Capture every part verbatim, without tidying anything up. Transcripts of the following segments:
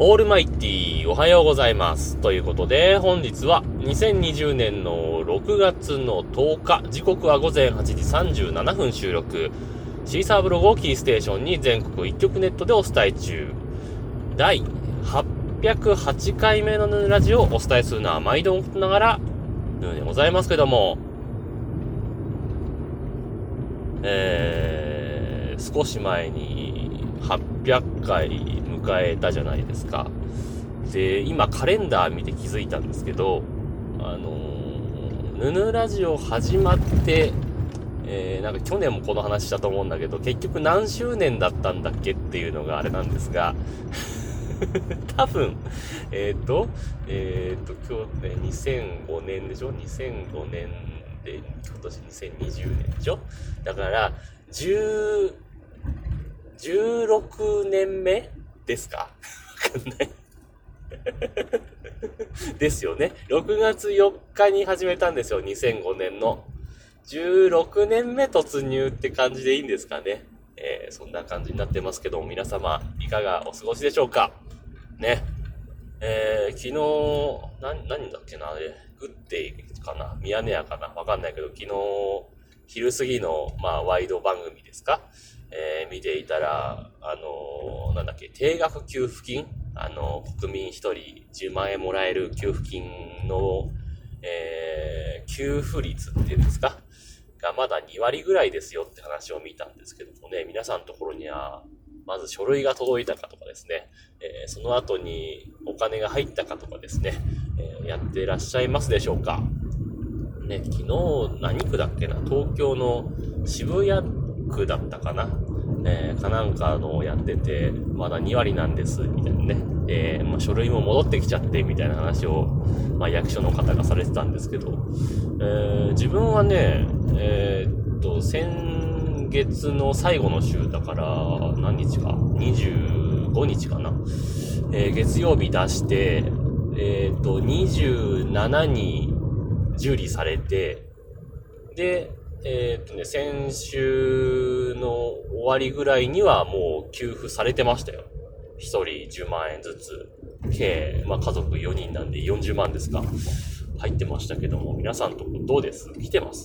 オールマイティーおはようございます。ということで、本日はにせんにじゅうねんのろくがつのとおか、時刻はごぜんはちじさんじゅうななふん収録。シーサーブログをキーステーションに全国一曲ネットでお伝え中。だいはっぴゃくはちかいめのヌーラジオをお伝えするのは毎度のことながら、ヌーでございますけども、えー、少し前にはっぴゃっかい迎えたじゃないですか。で、今カレンダー見て気づいたんですけど、あのー、ヌヌラジオ始まって、えー、なんか去年もこの話したと思うんだけど、結局何周年だったんだっけっていうのがあれなんですが、多分、えっ、ー、と、えっ、ー、と、今日ね、にせんごねんでしょ ?にせんごねんで、今年にせんにじゅうねんでしょだから、じゅう、じゅうろくねんめですかわかんない。ですよね。ろくがつよっかに始めたんですよ、にせんごねんの。じゅうろくねんめ突入って感じでいいんですかね。えー、そんな感じになってますけども、皆様、いかがお過ごしでしょうかね。えー、昨日、な、何だっけな、あれ、グッデイかな、ミヤネ屋かな、わかんないけど、昨日、昼過ぎの、まあ、ワイド番組ですか、えー、見ていたら、あのー、なんだっけ、定額給付金、あのー、国民一人じゅうまんえんもらえる給付金の、えー、給付率っていうんですかがまだにわりぐらいですよって話を見たんですけどもね、皆さんのところには、まず書類が届いたかとかですね、えー、その後にお金が入ったかとかですね、えー、やってらっしゃいますでしょうか。ね、昨日何区だっけな、東京の渋谷区だったかな、えー、かなんかのやってて、まだにわりなんです、みたいなね。えー、まあ、書類も戻ってきちゃって、みたいな話を、まあ、役所の方がされてたんですけど、えー、自分はね、えー、っと、先月の最後の週だから、何日か ?にじゅうごにちかな。えー、月曜日出して、えー、っと、にじゅうしちに受理されて、で、えー、っとね、先週の終わりぐらいにはもう給付されてましたよ。一人じゅうまんえんずつ。計、まあ家族よにんなんでよんじゅうまんですか。入ってましたけども、皆さんとこどうです？来てます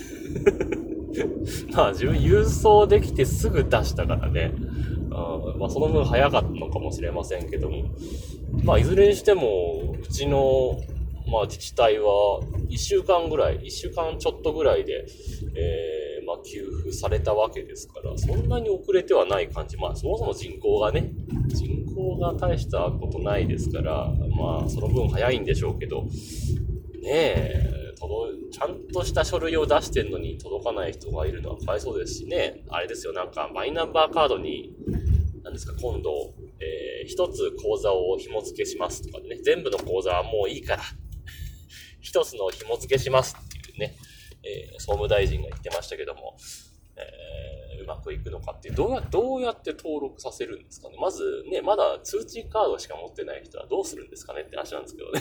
まあ自分郵送できてすぐ出したからね。あまあその分早かったのかもしれませんけども。まあいずれにしても、うちのまあ自治体はいっしゅうかんぐらい、いっしゅうかんちょっとぐらいで、えー、まあ給付されたわけですから、そんなに遅れてはない感じ。まあそもそも人口がね、人口が大したことないですから、まあその分早いんでしょうけど、ねえ、届い、ちゃんとした書類を出してんのに届かない人がいるのはかわいそうですしね、あれですよ、なんかマイナンバーカードに、何ですか、今度、えー、一つ口座を紐付けしますとかでね、全部の口座はもういいから、一つの紐付けしますっていうね、えー、総務大臣が言ってましたけども、えー、うまくいくのかっていう、どうや、どうやって登録させるんですかね。まずね、まだ通知カードしか持ってない人はどうするんですかねって話なんですけどね。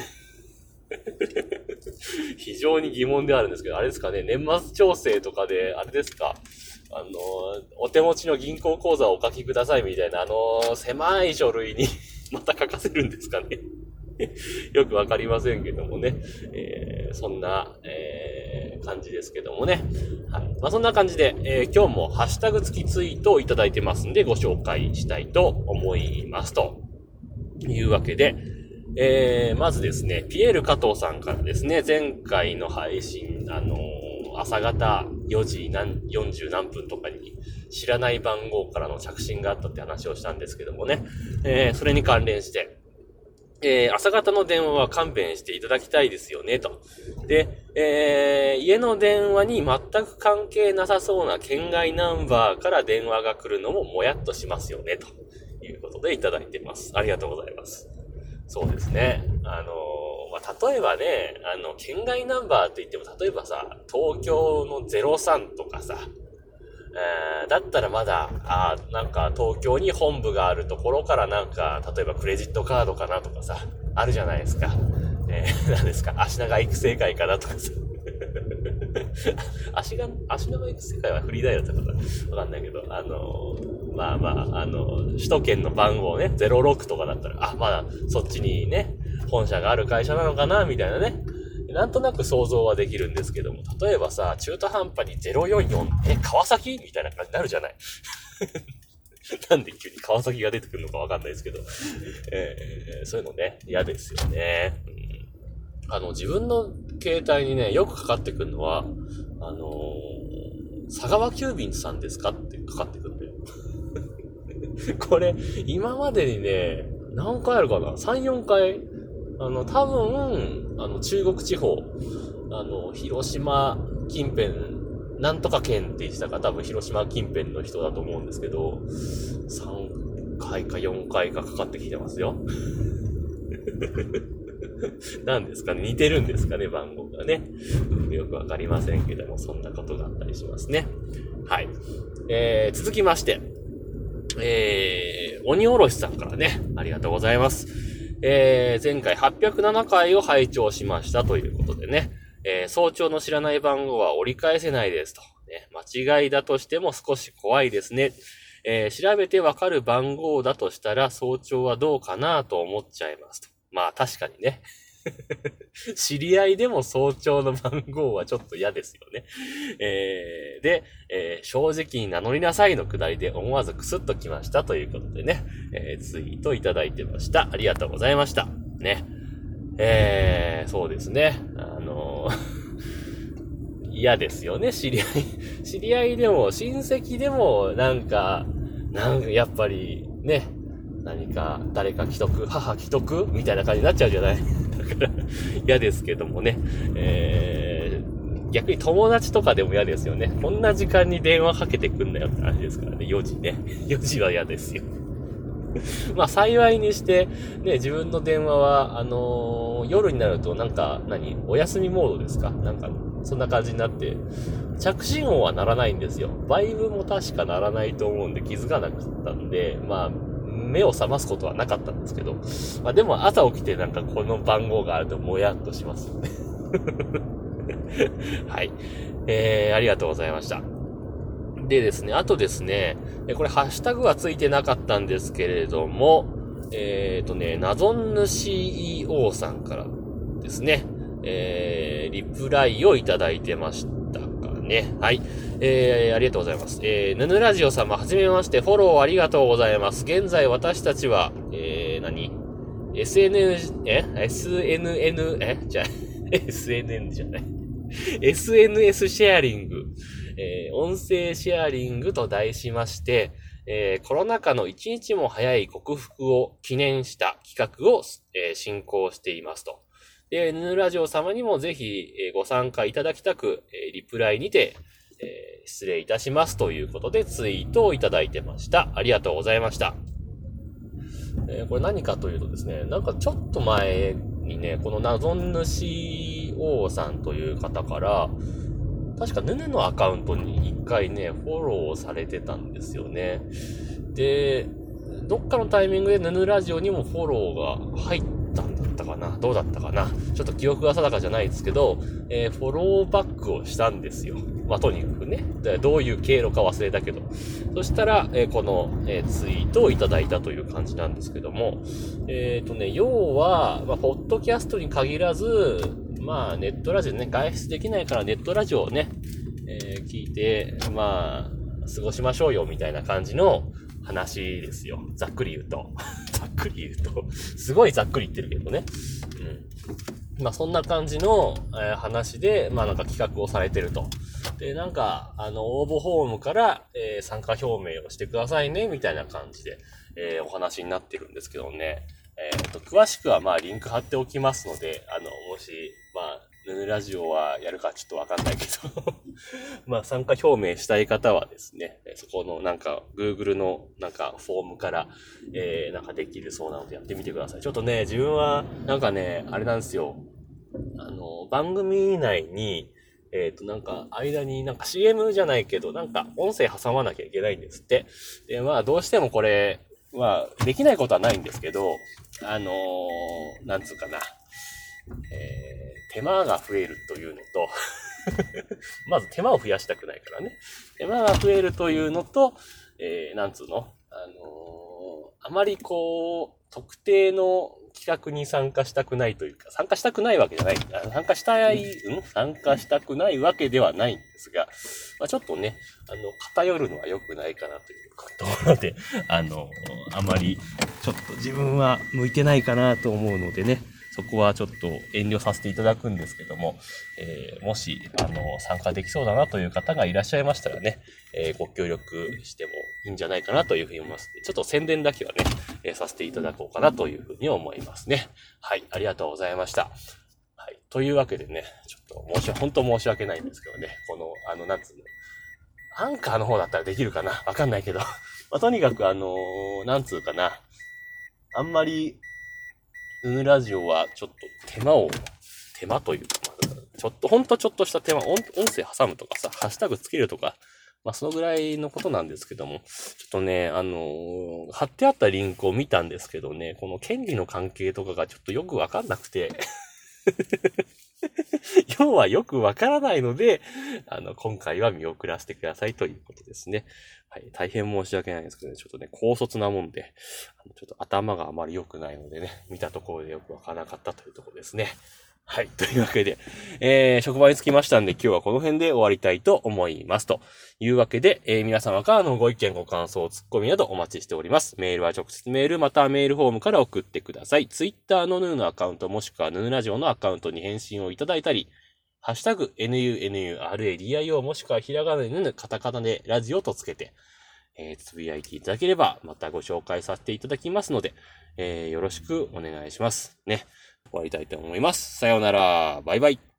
非常に疑問であるんですけど、あれですかね、年末調整とかで、あれですか、あの、お手持ちの銀行口座をお書きくださいみたいな、あの、狭い書類にまた書かせるんですかね。よくわかりませんけどもね、えー、そんな、えー、感じですけどもね。はい。まあ、そんな感じで、えー、今日もハッシュタグ付きツイートをいただいてますんで、ご紹介したいと思いますというわけで、えー、まずですね、ピエール加藤さんからですね、前回の配信、あのー、朝方よじよんじゅうなんぷんとかに知らない番号からの着信があったって話をしたんですけどもね、えー、それに関連して、えー、朝方の電話は勘弁していただきたいですよね、と。で、えー、家の電話に全く関係なさそうな県外ナンバーから電話が来るのももやっとしますよね、ということでいただいてます。ありがとうございます。そうですね。あのー、まあ、例えばね、あの、県外ナンバーと言っても、例えばさ、東京のゼロさんとかさ、えー、だったらまだ、あなんか東京に本部があるところからなんか、例えばクレジットカードかなとかさ、あるじゃないですか。えー、何ですか、足長育成会かなとかさ。 足が、足の世界はフリーダイヤルだったからわかんないけど、あのー、まあまあ、あのー、首都圏の番号ね、ゼロろくとかだったら、あ、まだそっちにね、本社がある会社なのかな、みたいなね。なんとなく想像はできるんですけども、例えばさ、中途半端にゼロよんよん、え、川崎みたいな感じになるじゃない。なんで急に川崎が出てくるのかわかんないですけど、えー、そういうのね、嫌ですよね。うん、あの、自分の携帯にね、よくかかってくるのは、あのー、佐川急便さんですかってかかってくるんだよ。これ、今までにね、何回あるかな ?さん、よんかい。あの、多分、あの、中国地方、あの、広島近辺、なんとか県って言ってたから多分広島近辺の人だと思うんですけど、さんかいかよんかいかかかってきてますよ。何ですかね、似てるんですかね、番号がね。よくわかりませんけども、そんなことがあったりしますね。はい。えー、続きまして、えー、鬼おろしさんからね、ありがとうございます。えー、前回はっぴゃくななかいを拝聴しましたということでね、えー、早朝の知らない番号は折り返せないですと。ね、間違いだとしても少し怖いですね。えー、調べてわかる番号だとしたら早朝はどうかなと思っちゃいますと。まあ確かにね。知り合いでも早朝の番号はちょっと嫌ですよね。えー、で、えー、正直に名乗りなさいのくだりで思わずクスッときましたということでね、えー、ツイートいただいてました。ありがとうございました。ね。えー、そうですね。あのー、嫌ですよね、知り合い。知り合いでも、親戚でも、なんか、なんかやっぱり、ね、何か、誰か既得、母既得みたいな感じになっちゃうじゃない。だから、嫌ですけどもね。えー、逆に友達とかでも嫌ですよね。こんな時間に電話かけてくんなよって話ですからね、よじね。よじは嫌ですよ。まあ幸いにして、ね、自分の電話は、あのー、夜になるとなんか、何お休みモードですかなんか、そんな感じになって、着信音は鳴らないんですよ。バイブも確か鳴らないと思うんで気づかなかったんで、まあ、目を覚ますことはなかったんですけど、まあでも朝起きてなんかこの番号があるともやっとしますよね。はい。えー、ありがとうございました。でですね、あとですね、これハッシュタグはついてなかったんですけれども、えーとね、なぞんぬ シーイーオー さんからですね、えー、リプライをいただいてましたかね。はい。えー、ありがとうございます。えー、ぬぬラジオ様、はじめまして、フォローありがとうございます。現在私たちは、えー、何 ?エスエヌエヌ、え ?エスエヌエヌ、えじゃあ、エスエヌエヌ じゃない。エスエヌエス シェアリング、えー、音声シェアリングと題しまして、えー、コロナ禍の一日も早い克服を記念した企画を、えー、進行していますと。で、ヌヌラジオ様にもぜひ、えー、ご参加いただきたく、えー、リプライにて、えー、失礼いたしますということでツイートをいただいてました。ありがとうございました。えー、これ何かというとですね、なんかちょっと前にね、このなぞんぬ シーイーオー さんという方から、確かヌヌのアカウントに一回ね、フォローされてたんですよね。で、どっかのタイミングでヌヌラジオにもフォローが入ったんだったかなどうだったかなちょっと記憶が定かじゃないですけど、えー、フォローバックをしたんですよ。まあ、とにかくね。どういう経路か忘れたけど。そしたら、えー、この、えー、ツイートをいただいたという感じなんですけども、えっとね、要は、まあ、ポッドキャストに限らず、まあ、ネットラジオね、外出できないからネットラジオをね、えー、聞いて、まあ、過ごしましょうよ、みたいな感じの話ですよ。ざっくり言うと。ざっくり言うと。すごいざっくり言ってるけどね。うん。まあ、そんな感じの、えー、話で、まあ、なんか企画をされてると。で、なんか、あの、応募フォームから、えー、参加表明をしてくださいね、みたいな感じで、えー、お話になってるんですけどね。えっと、詳しくはまあリンク貼っておきますので、あの、もし、まあ、ヌヌラジオはやるかちょっとわかんないけど、まあ参加表明したい方はですね、そこのなんか Google のなんかフォームから、えー、なんかできるそうなのでやってみてください。ちょっとね、自分はなんかね、あれなんですよ。あの、番組内に、えっと、なんか、間になんか シーエム じゃないけど、なんか音声挟まなきゃいけないんですって。で、まあ、どうしてもこれ、まあ、できないことはないんですけど、あのー、なんつうかな、えー、手間が増えるというのと、 まず手間を増やしたくないからね。手間が増えるというのと、えー、なんつうのあのー、あまりこう、特定の企画に参加したくないというか、参加したくないわけじゃない。参加したい、うん参加したくないわけではないんですが、まあ、ちょっとね、あの、偏るのは良くないかなというところで、あの、あまり、ちょっと自分は向いてないかなと思うのでね、そこはちょっと遠慮させていただくんですけども、えー、もし、あの、参加できそうだなという方がいらっしゃいましたらね、えー、ご協力してもいいんじゃないかなというふうに思います。ちょっと宣伝だけはね、えー、させていただこうかなというふうに思いますね。はい、ありがとうございました。はい、というわけでね、ちょっと申し訳、本当申し訳ないんですけどね、この、あの、なんつうの、アンカーの方だったらできるかなわかんないけど。まあ、とにかくあのー、なんつうかな。あんまり、うぬラジオはちょっと手間を、手間というか、まあ、ちょっと、ほんとちょっとした手間、音、音声挟むとかさ、ハッシュタグつけるとか、まあそのぐらいのことなんですけども、ちょっとね、あのー、貼ってあったリンクを見たんですけどね、この権利の関係とかがちょっとよくわかんなくて、要はよくわからないので、あの、今回は見送らせてくださいということですね。はい。大変申し訳ないんですけどね、ちょっとね、高卒なもんで、あのちょっと頭があまり良くないのでね、見たところでよくわからなかったというところですね。はい。というわけで、えー、職場に着きましたんで、今日はこの辺で終わりたいと思います。というわけで、えー、皆様からのご意見、ご感想、ツッコミなどお待ちしております。メールは直接メール、またはメールフォームから送ってください。ツイッターのヌーのアカウント、もしくはヌーラジオのアカウントに返信をいただいたり、ハッシュタグ、ヌー、もしくはひらがなでヌー、カタカナでラジオとつけて、えー、つぶやいていただければ、またご紹介させていただきますので、えー、よろしくお願いします。ね。終わりたいと思います。さようなら。バイバイ。